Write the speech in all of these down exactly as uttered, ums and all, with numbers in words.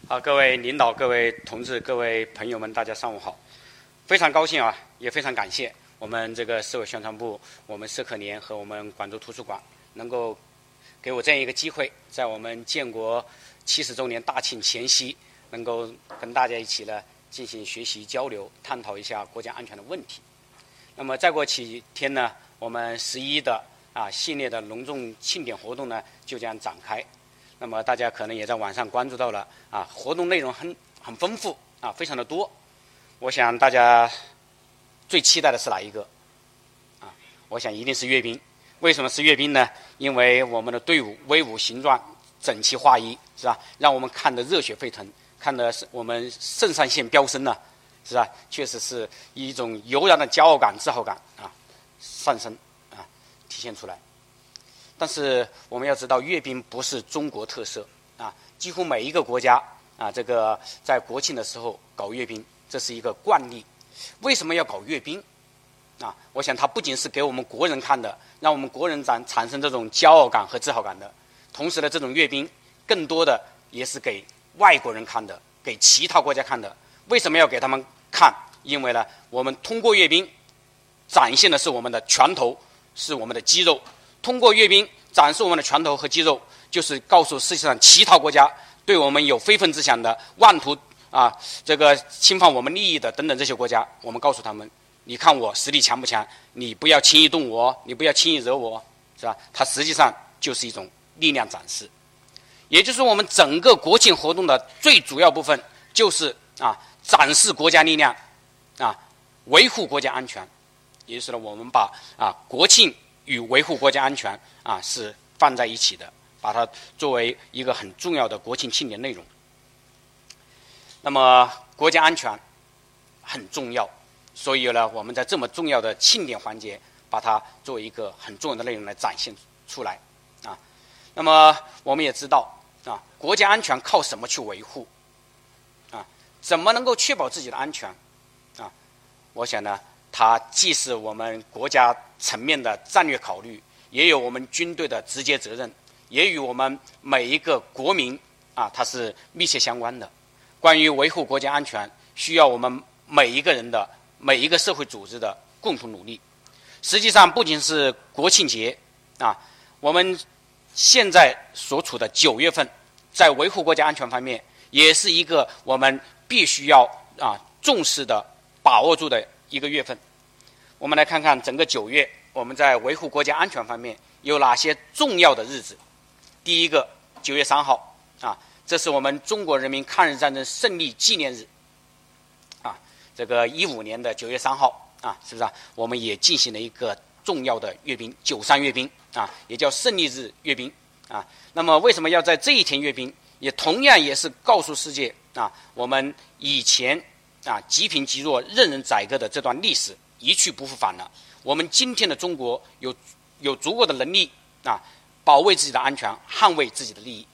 好，各位领导、各位同志、各位朋友们，大家上午好！非常高兴啊，也非常感谢我们这个市委宣传部、我们社科联和我们广州图书馆能够给我这样一个机会，在我们建国七十周年大庆前夕，能够跟大家一起呢进行学习交流，探讨一下国家安全的问题。那么再过几天呢，我们十一的啊系列的隆重庆典活动呢就将展开。那么大家可能也在网上关注到了啊，活动内容很很丰富啊，非常的多。我想大家最期待的是哪一个？啊，我想一定是阅兵。为什么是阅兵呢？因为我们的队伍威武形状、整齐划一，是吧？让我们看得热血沸腾，看得是我们肾上腺飙升了，是吧？确实是一种油然的骄傲感、自豪感啊上升啊体现出来。但是我们要知道，阅兵不是中国特色啊，几乎每一个国家啊，这个在国庆的时候搞阅兵，这是一个惯例。为什么要搞阅兵？啊，我想它不仅是给我们国人看的，让我们国人产产生这种骄傲感和自豪感的，同时呢，这种阅兵更多的也是给外国人看的，给其他国家看的。为什么要给他们看？因为呢，我们通过阅兵展现的是我们的拳头，是我们的肌肉。通过阅兵展示我们的拳头和肌肉，就是告诉世界上其他国家对我们有非分之想的、妄图啊这个侵犯我们利益的等等这些国家，我们告诉他们：你看我实力强不强？你不要轻易动我，你不要轻易惹我，是吧？它实际上就是一种力量展示，也就是我们整个国庆活动的最主要部分，就是啊展示国家力量，啊维护国家安全。也就是呢，我们把啊国庆与维护国家安全啊是放在一起的，把它作为一个很重要的国庆庆典内容。那么国家安全很重要，所以呢，我们在这么重要的庆典环节，把它作为一个很重要的内容来展现出来啊。那么我们也知道啊，国家安全靠什么去维护啊？怎么能够确保自己的安全啊？我想呢，它既是我们国家层面的战略考虑，也有我们军队的直接责任，也与我们每一个国民啊，它是密切相关的。关于维护国家安全，需要我们每一个人的、每一个社会组织的共同努力。实际上，不仅是国庆节啊，我们现在所处的九月份，在维护国家安全方面，也是一个我们必须要啊重视的、把握住的一个月份。我们来看看整个九月，我们在维护国家安全方面有哪些重要的日子。第一个，九月三号啊，这是我们中国人民抗日战争胜利纪念日啊。这个一五年的九月三号啊，是不是啊？我们也进行了一个重要的阅兵，九三阅兵啊，也叫胜利日阅兵啊。那么为什么要在这一天阅兵？也同样也是告诉世界啊，我们以前啊积贫积弱、任人宰割的这段历史一去不复返了。我们今天的中国有有足够的能力啊，保卫自己的安全，捍卫自己的利益。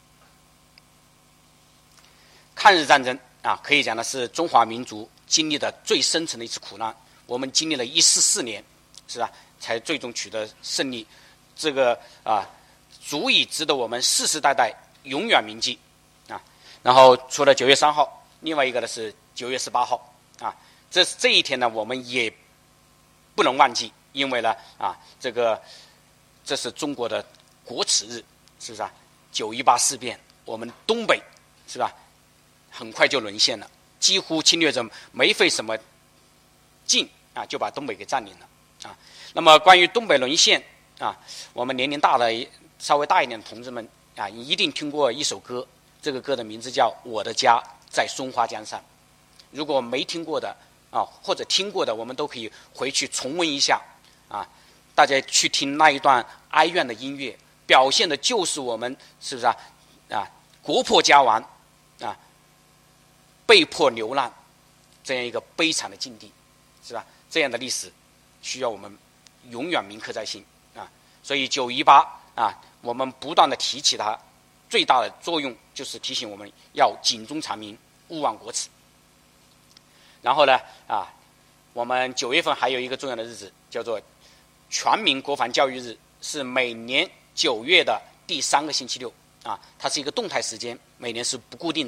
抗日战争啊，可以讲的是中华民族经历的最深层的一次苦难。我们经历了一四四年，是吧，才最终取得胜利。这个啊，足以值得我们世世代代永远铭记啊。然后除了九月三号，另外一个呢是九月十八号啊。这这一天呢，我们也不能忘记，因为呢啊，这个这是中国的国耻日，是不是啊？九一八事变，我们东北是吧，很快就沦陷了，几乎侵略者没费什么劲啊，就把东北给占领了啊。那么关于东北沦陷啊，我们年龄大的稍微大一点的同志们啊，一定听过一首歌，这个歌的名字叫《我的家在松花江上》。如果没听过的啊，或者听过的，我们都可以回去重温一下啊。大家去听那一段哀怨的音乐，表现的就是我们是不是啊？啊，国破家亡啊，被迫流浪这样一个悲惨的境地，是吧？这样的历史需要我们永远铭刻在心啊。所以九一八啊，我们不断的提起它，最大的作用就是提醒我们要警钟长鸣，勿忘国耻。然后呢啊，我们九月份还有一个重要的日子，叫做全民国防教育日，是每年九月的第三个星期六啊，它是一个动态时间，每年是不固定的。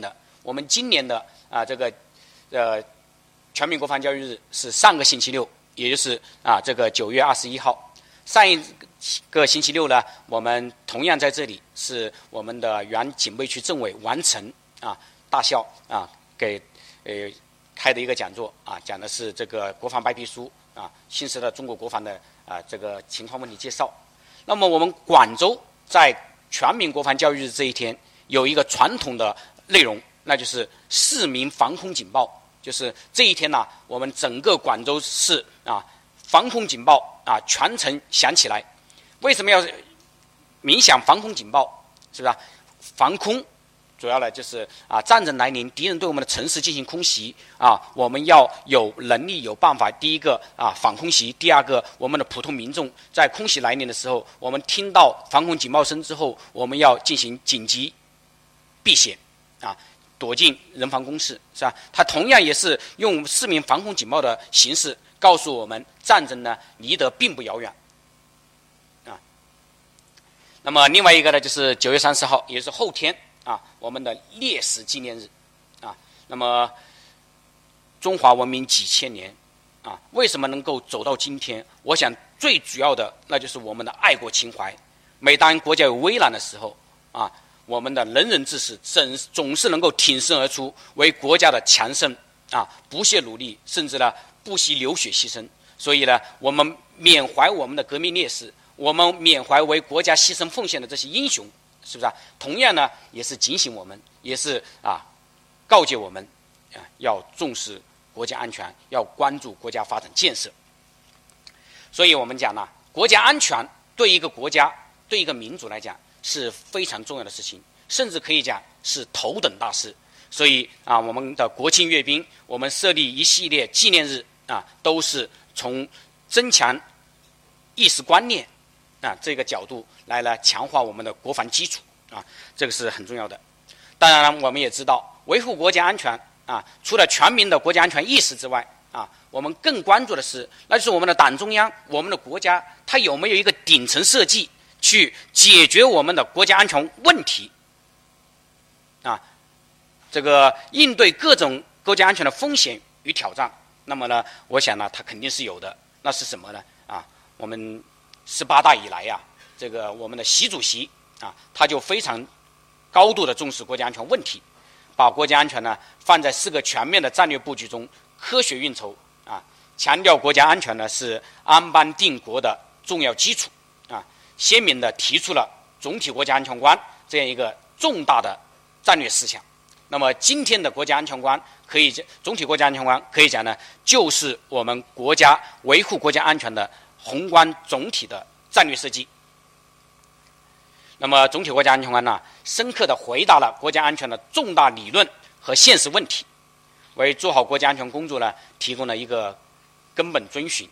我们今年的啊这个呃全民国防教育日是上个星期六，也就是啊这个九月二十一号。上一个星期六呢，我们同样在这里是我们的原警备区政委完成啊大校啊给呃开的一个讲座啊，讲的是这个国防白皮书啊新时代中国国防的啊这个情况问题介绍。那么我们广州在全民国防教育日这一天有一个传统的内容，那就是市民防空警报。就是这一天呢、啊，我们整个广州市啊防空警报啊全程响起来。为什么要鸣响防空警报？是不是、啊？防空主要呢就是啊战争来临，敌人对我们的城市进行空袭啊，我们要有能力有办法。第一个啊反空袭，第二个我们的普通民众在空袭来临的时候，我们听到防空警报声之后，我们要进行紧急避险啊。躲进人防工事，是吧？它同样也是用市民防空警报的形式告诉我们，战争呢离得并不遥远，啊。那么另外一个呢，就是九月三十号，也是后天啊，我们的烈士纪念日，啊。那么中华文明几千年，啊，为什么能够走到今天？我想最主要的那就是我们的爱国情怀。每当国家有危难的时候，啊。我们的仁人志士总总是能够挺身而出，为国家的强盛啊不懈努力，甚至呢不惜流血牺牲。所以呢，我们缅怀我们的革命烈士，我们缅怀为国家牺牲奉献的这些英雄，是不是啊？同样呢，也是警醒我们，也是啊告诫我们啊要重视国家安全，要关注国家发展建设。所以我们讲呢，国家安全对一个国家、对一个民族来讲，是非常重要的事情，甚至可以讲是头等大事。所以啊，我们的国庆阅兵，我们设立一系列纪念日啊，都是从增强意识观念啊这个角度来呢强化我们的国防基础啊，这个是很重要的。当然了，我们也知道维护国家安全啊，除了全民的国家安全意识之外啊，我们更关注的是，那就是我们的党中央、我们的国家，它有没有一个顶层设计去解决我们的国家安全问题，啊，这个应对各种国家安全的风险与挑战。那么呢，我想呢，它肯定是有的。那是什么呢？啊，我们十八大以来呀、啊，这个我们的习主席啊，他就非常高度的重视国家安全问题，把国家安全呢放在四个全面的战略布局中科学运筹啊，强调国家安全呢是安邦定国的重要基础。鲜明地提出了总体国家安全观这样一个重大的战略思想。那么今天的国家安全观可以总体国家安全观可以讲呢，就是我们国家维护国家安全的宏观总体的战略设计。那么总体国家安全观呢，深刻地回答了国家安全的重大理论和现实问题，为做好国家安全工作呢提供了一个根本遵循。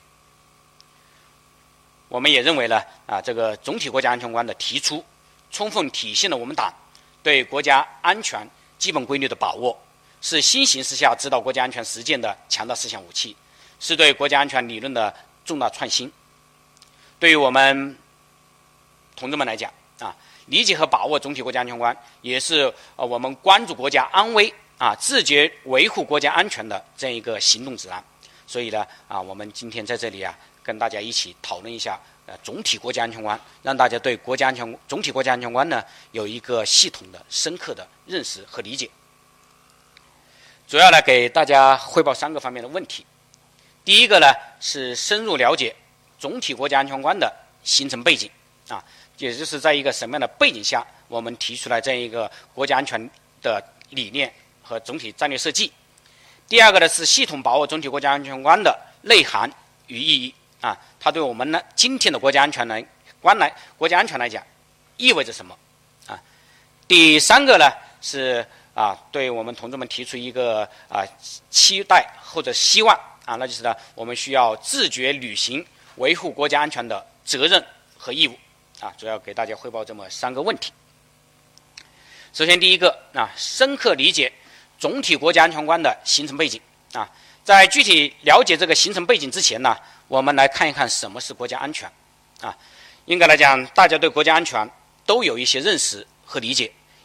我们也认为呢，啊，这个总体国家安全观的提出，充分体现了我们党对国家安全基本规律的把握，是新形势下指导国家安全实践的强大思想武器，是对国家安全理论的重大创新。对于我们同志们来讲，啊，理解和把握总体国家安全观，也是呃我们关注国家安危啊，自觉维护国家安全的这样一个行动指南。所以呢，啊，我们今天在这里啊，跟大家一起讨论一下呃总体国家安全观，让大家对国家安全总体国家安全观呢有一个系统的、深刻的认识和理解。主要呢给大家汇报三个方面的问题。第一个呢是深入了解总体国家安全观的形成背景啊，也就是在一个什么样的背景下，我们提出来这样一个国家安全的理念和总体战略设计。第二个呢是系统把握总体国家安全观的内涵与意义啊，它对我们呢今天的国家安全来观来国家安全来讲意味着什么啊？第三个呢是啊，对我们同志们提出一个啊期待或者希望啊，那就是呢我们需要自觉履行维护国家安全的责任和义务啊，主要给大家汇报这么三个问题。首先第一个啊，深刻理解总体国家安全观的形成背景啊，在具体了解这个形成背景之前呢，我们来看一看什么是国家安全啊。应该来讲，大家对国家安全都有一些认识和理解，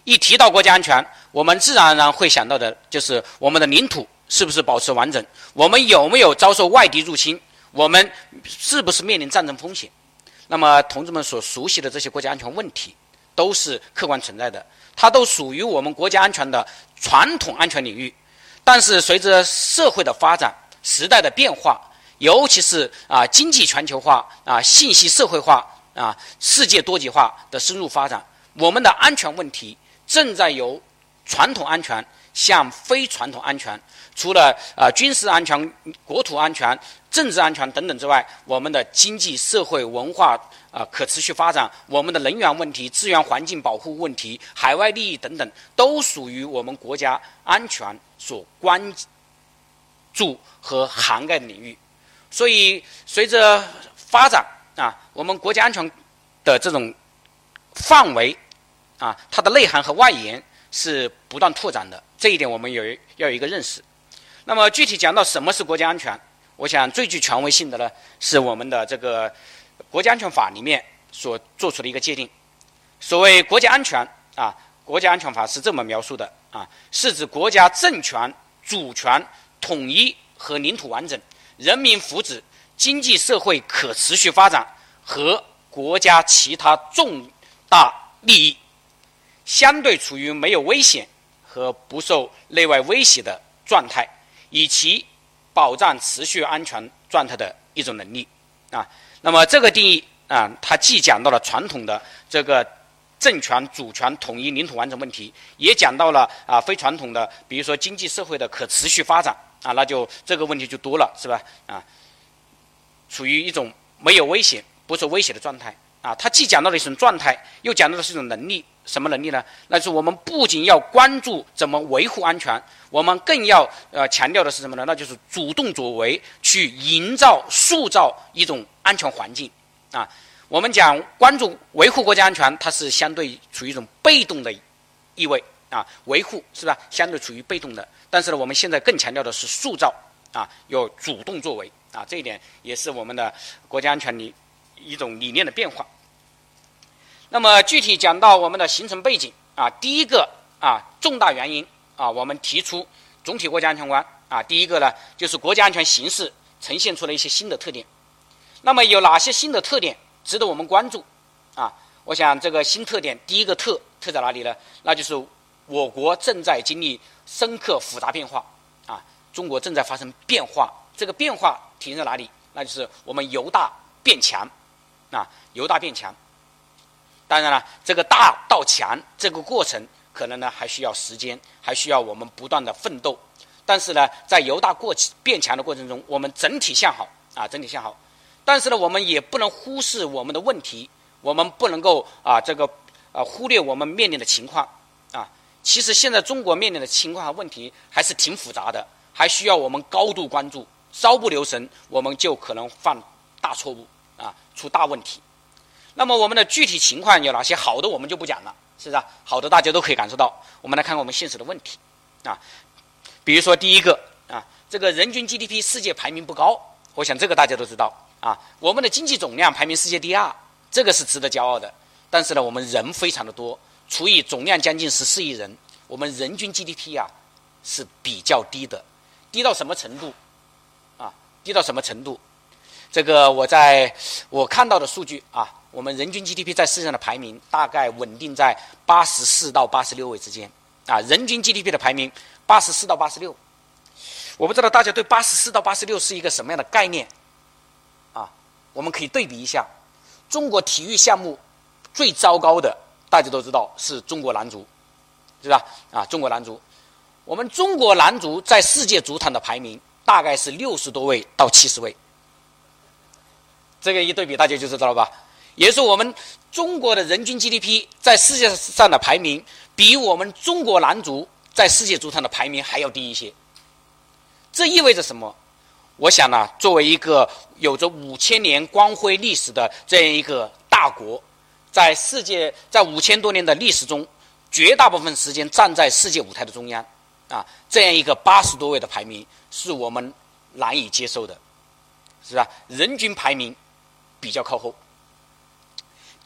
一提到国家安全，我们自然而然会想到的就是我们的领土是不是保持完整，我们有没有遭受外敌入侵，我们是不是面临战争风险。那么同志们所熟悉的这些国家安全问题都是客观存在的，它都属于我们国家安全的传统安全领域。但是随着社会的发展、时代的变化，尤其是啊经济全球化啊信息社会化啊世界多极化的深入发展，我们的安全问题正在由传统安全向非传统安全，除了呃军事安全、国土安全、政治安全等等之外，我们的经济社会文化啊、呃、可持续发展，我们的能源问题、资源环境保护问题、海外利益等等，都属于我们国家安全所关注和涵盖的领域。所以随着发展啊，我们国家安全的这种范围啊，它的内涵和外延是不断拓展的，这一点我们有要有一个认识。那么具体讲到什么是国家安全，我想最具权威性的呢，是我们的这个国家安全法里面所做出的一个界定。所谓国家安全啊，国家安全法是这么描述的啊，是指国家政权、主权、统一和领土完整、人民福祉、经济社会可持续发展和国家其他重大利益，相对处于没有危险和不受内外威胁的状态，以其保障持续安全状态的一种能力啊。那么这个定义啊，它既讲到了传统的这个政权、主权、统一、领土完整问题，也讲到了啊非传统的，比如说经济社会的可持续发展啊，那就这个问题就多了，是吧？啊，处于一种没有危险、不受威胁的状态啊。它既讲到了一种状态，又讲到的是一种能力。什么能力呢？那是我们不仅要关注怎么维护安全，我们更要呃强调的是什么呢？那就是主动作为，去营造、塑造一种安全环境啊。我们讲关注维护国家安全，它是相对处于一种被动的意味啊，维护是吧？相对处于被动的。但是呢，我们现在更强调的是塑造啊，有主动作为啊，这一点也是我们的国家安全理一种理念的变化。那么具体讲到我们的形成背景啊，第一个啊重大原因啊，我们提出总体国家安全观啊，第一个呢就是国家安全形势呈现出了一些新的特点。那么有哪些新的特点值得我们关注啊？我想这个新特点第一个特特在哪里呢？那就是我国正在经历深刻复杂变化啊，中国正在发生变化。这个变化体现在哪里？那就是我们由大变强啊，由大变强。当然了，这个大到强这个过程可能呢还需要时间，还需要我们不断的奋斗。但是呢，在由大过变强的过程中，我们整体向好啊，整体向好。但是呢，我们也不能忽视我们的问题，我们不能够啊这个啊忽略我们面临的情况啊。其实现在中国面临的情况和问题还是挺复杂的，还需要我们高度关注，稍不留神我们就可能犯大错误啊，出大问题。那么我们的具体情况有哪些？好的我们就不讲了，是不是？好的大家都可以感受到。我们来看看我们现实的问题啊，比如说第一个啊，这个人均 G D P 世界排名不高，我想这个大家都知道啊。我们的经济总量排名世界第二，这个是值得骄傲的。但是呢，我们人非常的多，除以总量将近十四亿人，我们人均 G D P 啊是比较低的，低到什么程度啊？低到什么程度？这个我在我看到的数据啊。我们人均 G D P 在世界上的排名大概稳定在八十四到八十六位之间啊，人均 G D P 的排名八十四到八十六。我不知道大家对八十四到八十六是一个什么样的概念啊？我们可以对比一下，中国体育项目最糟糕的，大家都知道是中国男足，是吧？啊，中国男足，我们中国男足在世界足坛的排名大概是六十多位到七十位，这个一对比大家就知道了吧？也就是我们中国的人均 G D P 在世界上的排名，比我们中国男足在世界足坛的排名还要低一些。这意味着什么？我想呢，作为一个有着五千年光辉历史的这样一个大国，在世界在五千多年的历史中，绝大部分时间站在世界舞台的中央啊，这样一个八十多位的排名，是我们难以接受的，是吧？人均排名比较靠后。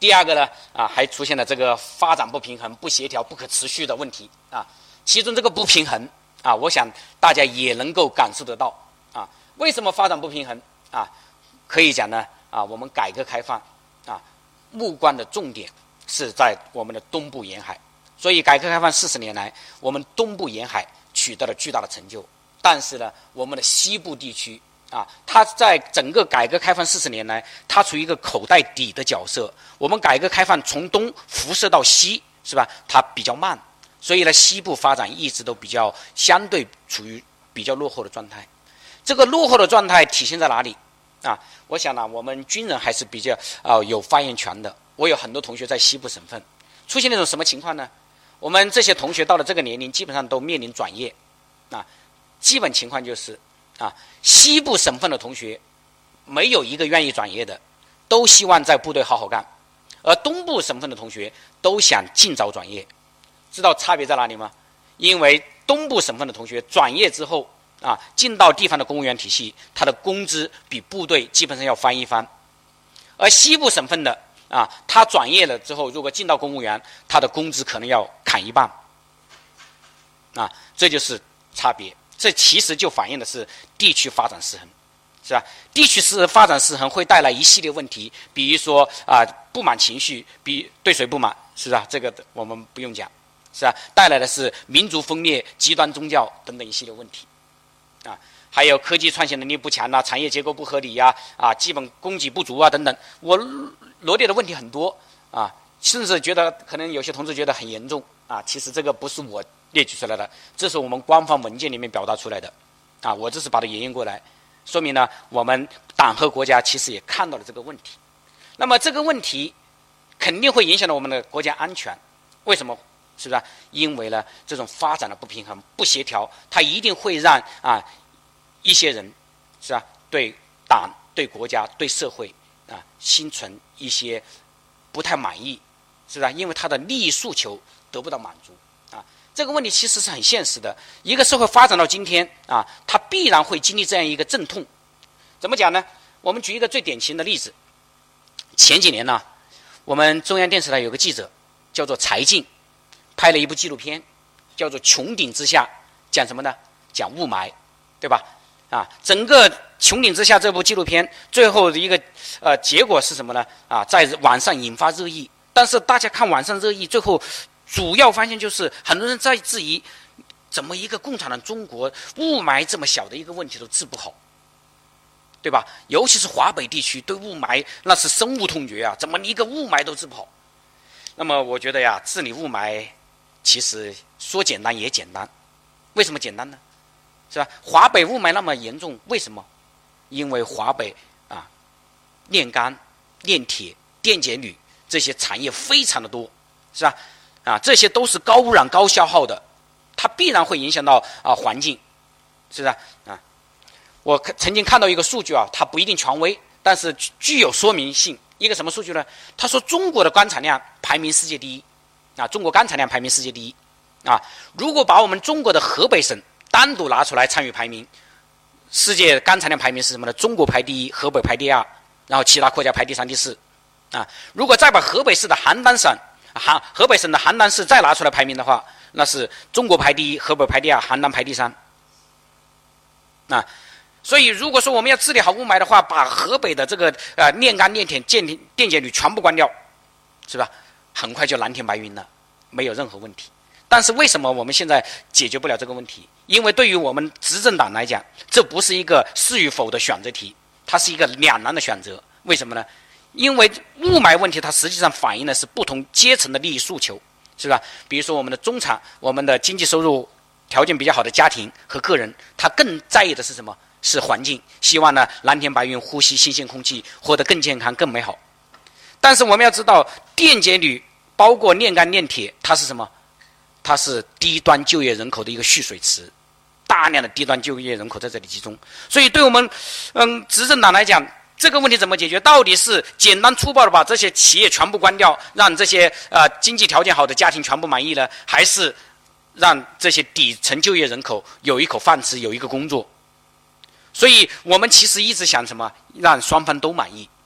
第二个呢，啊，还出现了这个发展不平衡、不协调、不可持续的问题啊。其中这个不平衡啊，我想大家也能够感受得到啊。为什么发展不平衡啊？可以讲呢啊，我们改革开放啊，目光的重点是在我们的东部沿海，所以改革开放四十年来，我们东部沿海取得了巨大的成就。但是呢，我们的西部地区啊，它在整个改革开放四十年来，它处于一个口袋底的角色。我们改革开放从东辐射到西，是吧？它比较慢，所以呢，西部发展一直都比较相对处于比较落后的状态。这个落后的状态体现在哪里啊？我想呢，我们军人还是比较啊、呃、有发言权的。我有很多同学在西部省份，出现那种什么情况呢？我们这些同学到了这个年龄，基本上都面临转业啊。基本情况就是啊，西部省份的同学没有一个愿意转业的，都希望在部队好好干；而东部省份的同学都想尽早转业。知道差别在哪里吗？因为东部省份的同学转业之后啊，进到地方的公务员体系，他的工资比部队基本上要翻一番；而西部省份的啊，他转业了之后，如果进到公务员，他的工资可能要砍一半。啊，这就是差别。这其实就反映的是地区发展失衡，是吧？地区是发展失衡会带来一系列问题，比如说啊、呃、不满情绪，比对谁不满，是吧？这个我们不用讲，是吧？带来的是民族分裂、极端宗教等等一系列问题，啊，还有科技创新能力不强啊，产业结构不合理呀、啊，啊，基本供给不足啊等等。我罗列的问题很多啊，甚至觉得可能有些同志觉得很严重啊，其实这个不是我列举出来的，这是我们官方文件里面表达出来的，啊，我这是把它沿用过来，说明呢，我们党和国家其实也看到了这个问题。那么这个问题肯定会影响到我们的国家安全，为什么？是不是？因为呢，这种发展的不平衡、不协调，它一定会让啊一些人，是吧？对党、对国家、对社会啊，心存一些不太满意，是不是？因为他的利益诉求得不到满足。这个问题其实是很现实的，一个社会发展到今天啊，它必然会经历这样一个阵痛。怎么讲呢？我们举一个最典型的例子。前几年呢，我们中央电视台有个记者叫做柴静，拍了一部纪录片，叫做《穹顶之下》，讲什么呢？讲雾霾，对吧？啊，整个《穹顶之下》这部纪录片最后的一个呃结果是什么呢？啊，在网上引发热议，但是大家看网上热议，最后主要发现就是很多人在质疑，怎么一个共产党中国雾霾这么小的一个问题都治不好，对吧？尤其是华北地区对雾霾那是深恶痛绝啊，怎么一个雾霾都治不好？那么我觉得呀，治理雾霾其实说简单也简单，为什么简单呢？是吧？华北雾霾那么严重，为什么？因为华北啊，炼钢、炼铁、电解铝这些产业非常的多，是吧？啊，这些都是高污染、高消耗的，它必然会影响到啊环境，是不是啊？我曾经看到一个数据啊，它不一定权威，但是具有说明性。一个什么数据呢？他说中国的钢产量排名世界第一，啊，中国钢产量排名世界第一，啊，如果把我们中国的河北省单独拿出来参与排名，世界钢产量排名是什么呢？中国排第一，河北排第二，然后其他国家排第三、第四，啊，如果再把河北市的邯郸省邯河北省的邯郸市再拿出来排名的话，那是中国排第一，河北排第二，邯郸排第三。啊，所以如果说我们要治理好雾霾的话，把河北的这个呃炼钢、炼铁、电电解铝全部关掉，是吧？很快就蓝天白云了，没有任何问题。但是为什么我们现在解决不了这个问题？因为对于我们执政党来讲，这不是一个是与否的选择题，它是一个两难的选择。为什么呢？因为雾霾问题，它实际上反映的是不同阶层的利益诉求，是吧？比如说我们的中产，我们的经济收入条件比较好的家庭和个人，他更在意的是什么？是环境，希望呢蓝天白云，呼吸新鲜空气，活得更健康、更美好。但是我们要知道，电解铝包括炼钢、炼铁，它是什么？它是低端就业人口的一个蓄水池，大量的低端就业人口在这里集中。所以对我们嗯执政党来讲，这个问题怎么解决？到底是简单粗暴的把这些企业全部关掉，让这些呃经济条件好的家庭全部满意呢？还是让这些底层就业人口有一口饭吃，有一个工作？所以我们其实一直想什么？让双方都满意。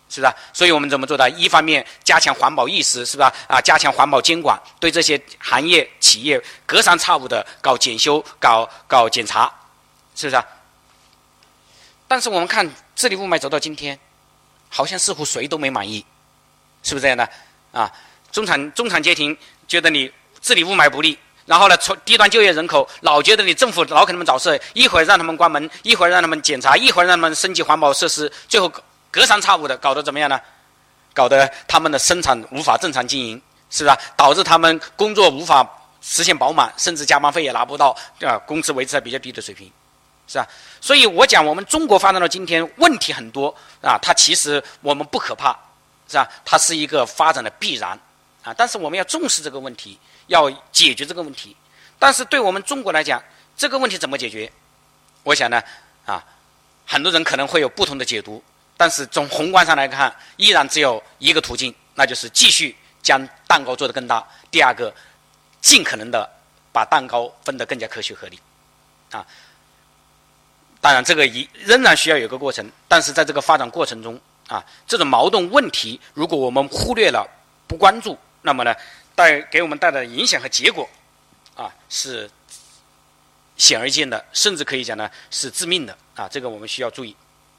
是吧？所以我们怎么做的？一方面加强环保意识，是吧？啊，加强环保监管，对这些行业企业隔三差五的搞检修、搞搞检查，是不是啊？但是我们看治理雾霾走到今天，好像似乎谁都没满意，是不是这样的？啊，中产中产阶层觉得你治理雾霾不力，然后呢，从低端就业人口老觉得你政府老给他们找事，一会儿让他们关门，一会儿让他们检查，一会儿让他们升级环保设施，最后隔三差五的搞得怎么样呢？搞得他们的生产无法正常经营，是不是？导致他们工作无法实现饱满，甚至加班费也拿不到，啊，工资维持在比较低的水平，是吧？所以我讲，我们中国发展到今天，问题很多啊，它其实我们不可怕，是吧？它是一个发展的必然啊，但是我们要重视这个问题，要解决这个问题。但是对我们中国来讲，这个问题怎么解决？我想呢，啊，很多人可能会有不同的解读。但是从宏观上来看，依然只有一个途径，那就是继续将蛋糕做得更大。第二个，尽可能的把蛋糕分得更加科学合理，啊，当然这个一仍然需要有一个过程，但是在这个发展过程中，啊，这种矛盾问题，如果我们忽略了、不关注，那么呢，带给我们带来的影响和结果，啊，是显而易见的，甚至可以讲呢是致命的，啊，这个我们需要注意。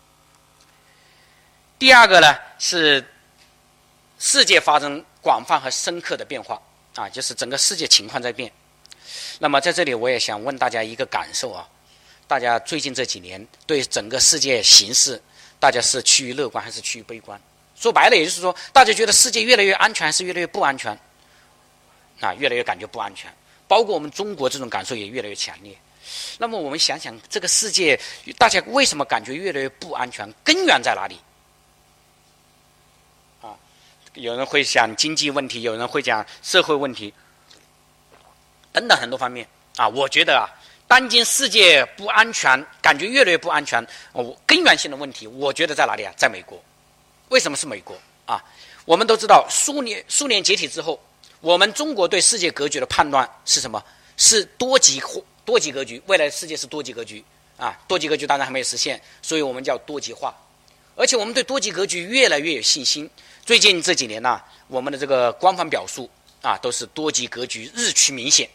第二个呢是世界发生广泛和深刻的变化啊，就是整个世界情况在变。那么在这里我也想问大家一个感受啊，大家最近这几年对整个世界形势，大家是趋于乐观还是趋于悲观？说白了，也就是说，大家觉得世界越来越安全还是越来越不安全？啊，越来越感觉不安全，包括我们中国这种感受也越来越强烈。那么我们想想，这个世界大家为什么感觉越来越不安全？根源在哪里？有人会想经济问题，有人会讲社会问题，等等很多方面啊。我觉得啊，当今世界不安全，感觉越来越不安全，哦，根源性的问题，我觉得在哪里啊？在美国。为什么是美国啊？我们都知道，苏联苏联解体之后，我们中国对世界格局的判断是什么？是多极多极格局，未来的世界是多极格局啊。多极格局当然还没有实现，所以我们叫多极化。而且我们对多极格局越来越有信心。最近这几年呢、啊，我们的这个官方表述啊，都是多极格局日趋明显。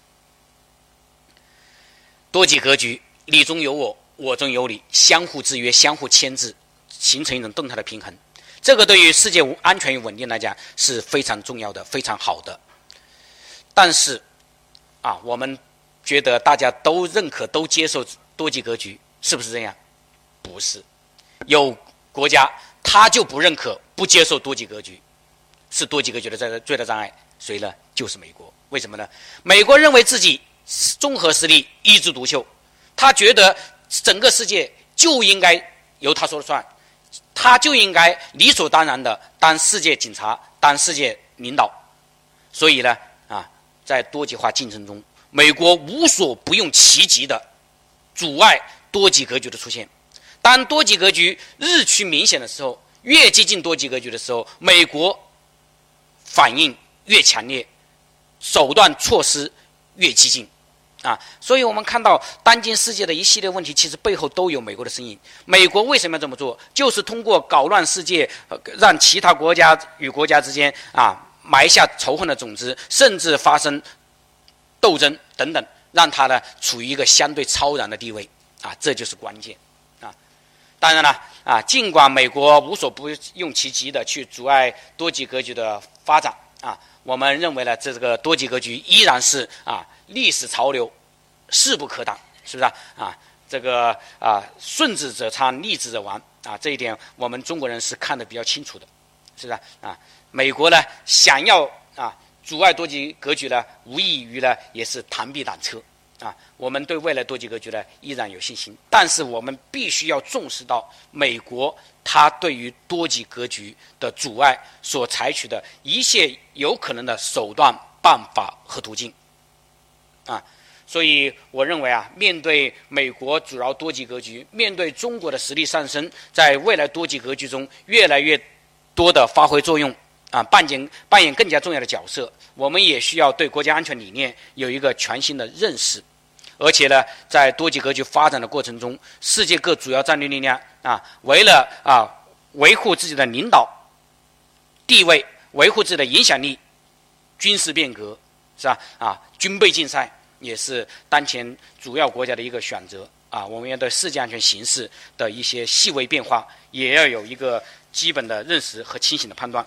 多极格局，你中有我，我中有你，相互制约，相互牵制，形成一种动态的平衡。这个对于世界安全与稳定来讲是非常重要的，非常好的。但是啊，我们觉得大家都认可、都接受多极格局，是不是这样？不是，有国家他就不认可、不接受多极格局，是多极格局的最大障碍。谁呢？就是美国。为什么呢？美国认为自己综合实力一枝独秀，他觉得整个世界就应该由他说了算，他就应该理所当然的当世界警察，当世界领导。所以呢，啊，在多极化进程中，美国无所不用其极的阻碍多极格局的出现。当多极格局日趋明显的时候，越接近多极格局的时候，美国反应越强烈，手段措施越激进啊！所以我们看到当今世界的一系列问题，其实背后都有美国的身影。美国为什么要这么做？就是通过搞乱世界，让其他国家与国家之间啊埋下仇恨的种子，甚至发生斗争等等，让它呢处于一个相对超然的地位啊，这就是关键啊！当然了啊，尽管美国无所不用其极的去阻碍多极格局的发展啊，我们认为呢，这个多极格局依然是啊历史潮流，势不可挡，是不是啊？啊，这个啊顺之者昌，逆之者亡啊，这一点我们中国人是看得比较清楚的，是不是啊？美国呢想要啊阻碍多极格局呢，无异于呢也是螳臂挡车。啊，我们对未来多极格局呢依然有信心，但是我们必须要重视到美国它对于多极格局的阻碍所采取的一切有可能的手段、办法和途径。啊，所以我认为啊，面对美国阻挠多极格局，面对中国的实力上升，在未来多极格局中越来越多的发挥作用。啊，扮演扮演更加重要的角色，我们也需要对国家安全理念有一个全新的认识，而且呢，在多极格局发展的过程中，世界各主要战略力量啊，为了啊维护自己的领导地位，维护自己的影响力，军事变革是吧？啊，军备竞赛也是当前主要国家的一个选择啊。我们要对世界安全形势的一些细微变化，也要有一个基本的认识和清醒的判断。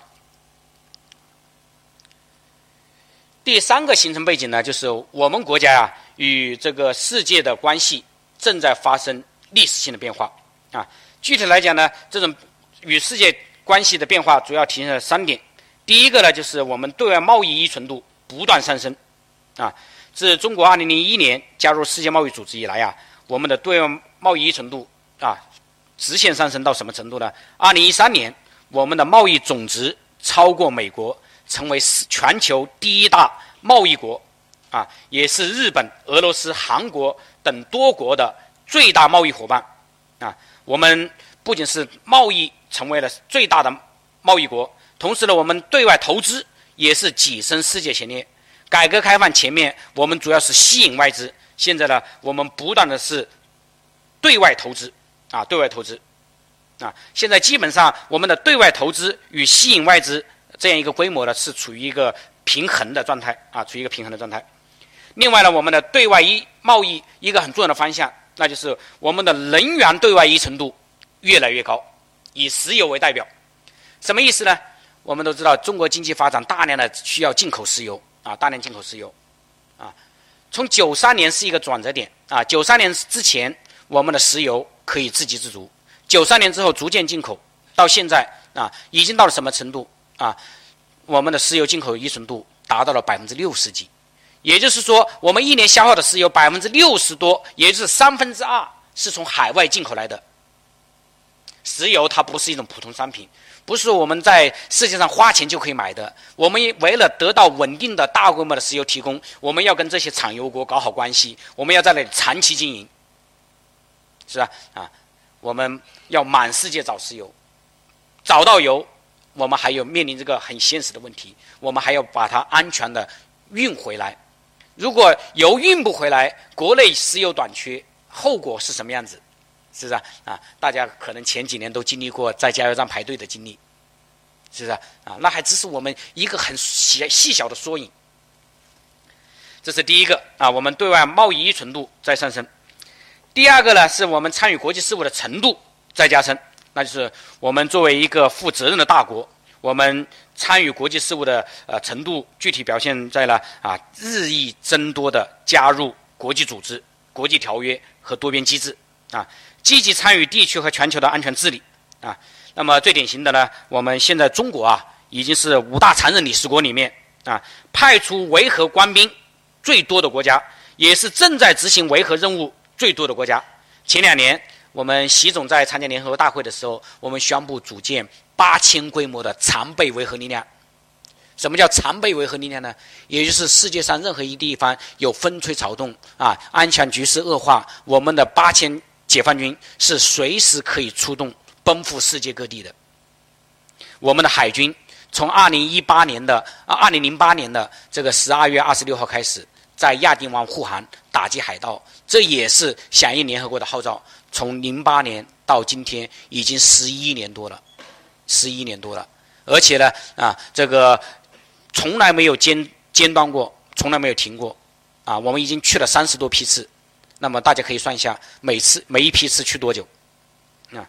第三个形成背景呢，就是我们国家啊与这个世界的关系正在发生历史性的变化啊。具体来讲呢，这种与世界关系的变化主要体现了三点。第一个呢，就是我们对外贸易依存度不断上升啊。自中国二零零一年加入世界贸易组织以来啊，我们的对外贸易依存度啊直线上升到什么程度呢？二零一三年，我们的贸易总值超过美国，成为全球第一大贸易国啊，也是日本、俄罗斯、韩国等多国的最大贸易伙伴啊。我们不仅是贸易成为了最大的贸易国，同时呢，我们对外投资也是跻身世界前列。改革开放前面，我们主要是吸引外资，现在呢，我们不断的是对外投资啊，对外投资啊。现在基本上我们的对外投资与吸引外资这样一个规模呢，是处于一个平衡的状态啊，处于一个平衡的状态。另外呢，我们的对外一贸易一个很重要的方向，那就是我们的能源对外依存度越来越高，以石油为代表。什么意思呢？我们都知道，中国经济发展大量的需要进口石油啊，大量进口石油啊。从九三年是一个转折点啊，九三年之前我们的石油可以自给自足，九三年之后逐渐进口，到现在啊，已经到了什么程度啊？我们的石油进口依存度达到了百分之六十几，也就是说，我们一年消耗的石油百分之六十多，也就是三分之二是从海外进口来的。石油它不是一种普通商品，不是我们在世界上花钱就可以买的。我们为了得到稳定的大规模的石油提供，我们要跟这些产油国搞好关系，我们要在那里长期经营，是吧？啊，我们要满世界找石油，找到油，我们还有面临这个很现实的问题，我们还要把它安全的运回来。如果油运不回来，国内石油短缺，后果是什么样子？是不是 啊, 啊？大家可能前几年都经历过在加油站排队的经历，是不是 啊, 啊？那还只是我们一个很细细小的缩影。这是第一个啊，我们对外贸易依存度在上升。第二个呢，是我们参与国际事务的程度在加深，那就是我们作为一个负责任的大国，我们参与国际事务的呃程度，具体表现在了啊日益增多的加入国际组织、国际条约和多边机制啊。积极参与地区和全球的安全治理啊。那么最典型的呢，我们现在中国啊，已经是五大常任理事国里面啊，派出维和官兵最多的国家，也是正在执行维和任务最多的国家。前两年，我们习总在参加联合国大会的时候，我们宣布组建八千规模的常备维和力量。什么叫常备维和力量呢？也就是世界上任何一地方有风吹草动啊，安全局势恶化，我们的八千解放军是随时可以出动奔赴世界各地的。我们的海军从二零一八年的啊二零零八年的这个十二月二十六号开始，在亚丁湾护航打击海盗，这也是响应联合国的号召。从零八年到今天，已经十一年多了，十一年多了，而且呢啊这个从来没有间间断过，从来没有停过啊！我们已经去了三十多批次。那么大家可以算一下，每次每一批次去多久啊？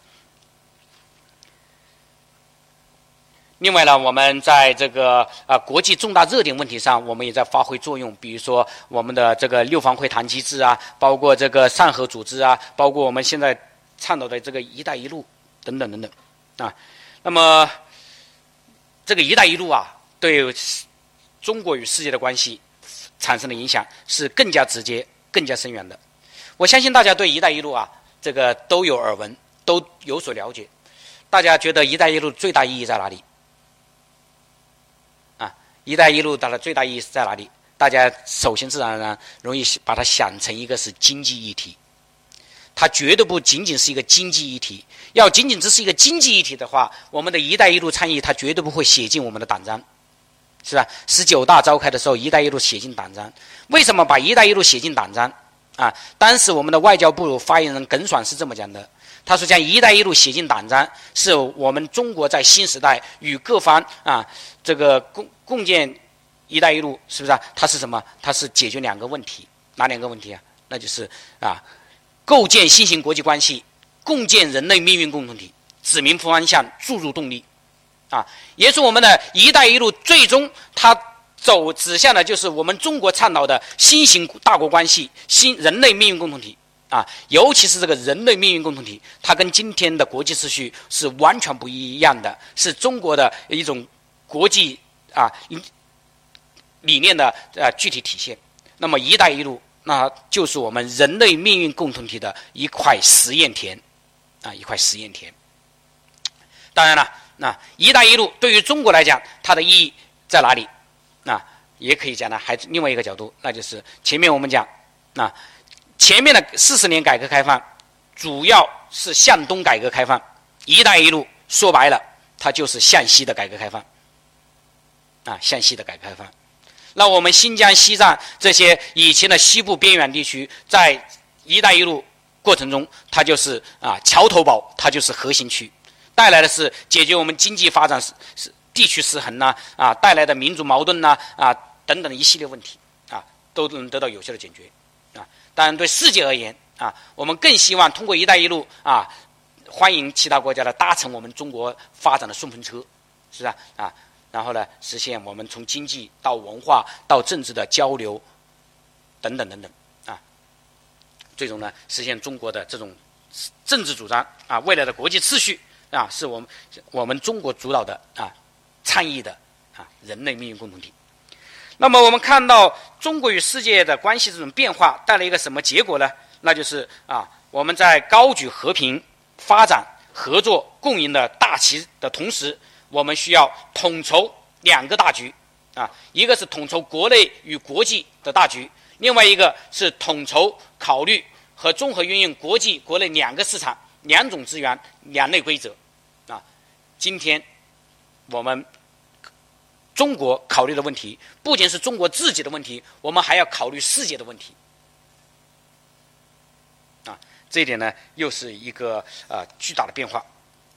另外呢，我们在这个啊国际重大热点问题上，我们也在发挥作用。比如说我们的这个六方会谈机制啊，包括这个上合组织啊，包括我们现在倡导的这个“一带一路”等等等等啊。那么这个“一带一路”啊，对中国与世界的关系产生的影响是更加直接、更加深远的。我相信大家对“一带一路”啊，这个都有耳闻，都有所了解。大家觉得“一带一路”最大意义在哪里？啊，“一带一路”它的最大意义是在哪里？大家首先自然而然容易把它想成一个是经济议题，它绝对不仅仅是一个经济议题。要仅仅只是一个经济议题的话，我们的“一带一路”倡议它绝对不会写进我们的党章，是吧？十九大召开的时候，“一带一路”写进党章。为什么把“一带一路”写进党章？啊，当时我们的外交部发言人耿爽是这么讲的， 他说将“一带一路”写进党章，是我们中国在新时代与各方啊这个共共建“一带一路”，是不是啊？它是什么？它是解决两个问题，哪两个问题啊？那就是啊，构建新型国际关系，共建人类命运共同体，指明方向，注入动力，啊，也是我们的一带一路最终它走指向的就是我们中国倡导的新型大国关系，新人类命运共同体啊，尤其是这个人类命运共同体，它跟今天的国际秩序是完全不一样的，是中国的一种国际啊理念的呃具体体现。那么一带一路那就是我们人类命运共同体的一块实验田啊，一块实验田。当然了，那一带一路对于中国来讲，它的意义在哪里？那也可以讲呢，还另外一个角度，那就是前面我们讲，那前面的四十年改革开放，主要是向东改革开放，一带一路说白了，它就是向西的改革开放，啊，向西的改革开放。那我们新疆、西藏这些以前的西部边远地区，在一带一路过程中，它就是啊桥头堡，它就是核心区，带来的是解决我们经济发展是地区失衡呐、啊，啊带来的民族矛盾呐、啊，啊等等一系列问题啊，都能得到有效的解决啊。当然，对世界而言啊，我们更希望通过“一带一路”啊，欢迎其他国家来搭乘我们中国发展的顺风车，是吧？啊，然后呢，实现我们从经济到文化到政治的交流等等等等啊，最终呢，实现中国的这种政治主张啊，未来的国际秩序啊，是我们我们中国主导的啊，倡议的啊，人类命运共同体。那么我们看到中国与世界的关系这种变化带来一个什么结果呢？那就是啊，我们在高举和平、发展、合作、共赢的大旗的同时，我们需要统筹两个大局啊，一个是统筹国内与国际的大局，另外一个是统筹考虑和综合运用国际、国内两个市场、两种资源、两类规则啊。今天我们中国考虑的问题，不仅是中国自己的问题，我们还要考虑世界的问题。啊，这一点呢，又是一个呃巨大的变化。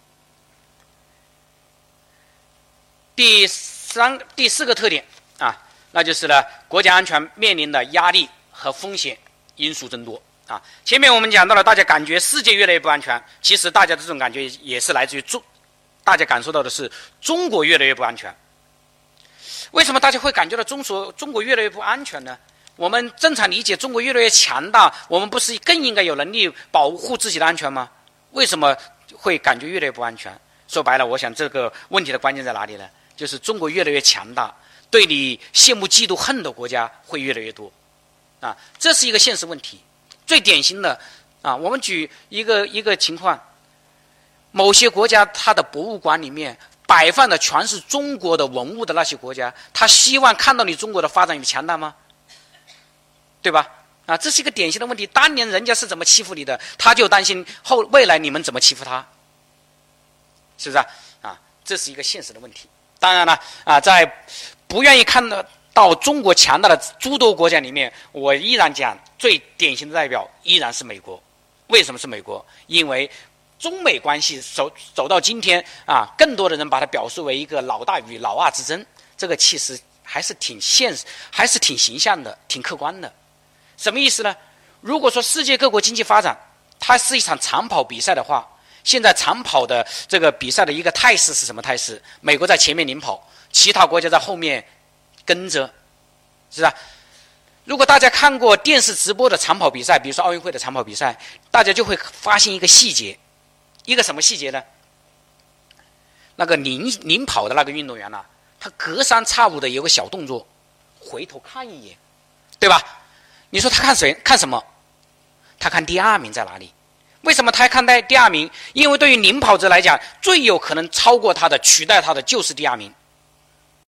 第三、第四个特点啊，那就是呢，国家安全面临的压力和风险因素增多啊。前面我们讲到了，大家感觉世界越来越不安全，其实大家这种感觉也是来自于中，大家感受到的是中国越来越不安全。为什么大家会感觉到中国中国越来越不安全呢？我们正常理解，中国越来越强大，我们不是更应该有能力保护自己的安全吗？为什么会感觉越来越不安全？说白了，我想这个问题的关键在哪里呢？就是中国越来越强大，对你羡慕、嫉妒、恨的国家会越来越多，啊，这是一个现实问题。最典型的啊，我们举一个一个情况，某些国家它的博物馆里面摆放的全是中国的文物的那些国家，他希望看到你中国的发展与强大吗？对吧？啊，这是一个典型的问题。当年人家是怎么欺负你的，他就担心后未来你们怎么欺负他，是不是啊？啊，这是一个现实的问题。当然了，啊，在不愿意看到中国强大的诸多国家里面，我依然讲最典型的代表依然是美国。为什么是美国？因为中美关系走走到今天啊，更多的人把它表述为一个老大与老二之争，这个其实还是挺现实，还是挺形象的，挺客观的。什么意思呢？如果说世界各国经济发展它是一场长跑比赛的话，现在长跑的这个比赛的一个态势是什么态势？美国在前面领跑，其他国家在后面跟着，是吧？如果大家看过电视直播的长跑比赛，比如说奥运会的长跑比赛，大家就会发现一个细节。一个什么细节呢？那个领领跑的那个运动员呢、啊，他隔三差五的有个小动作，回头看一眼，对吧？你说他看谁？看什么？他看第二名在哪里？为什么他看待第二名？因为对于领跑者来讲，最有可能超过他的、取代他的就是第二名。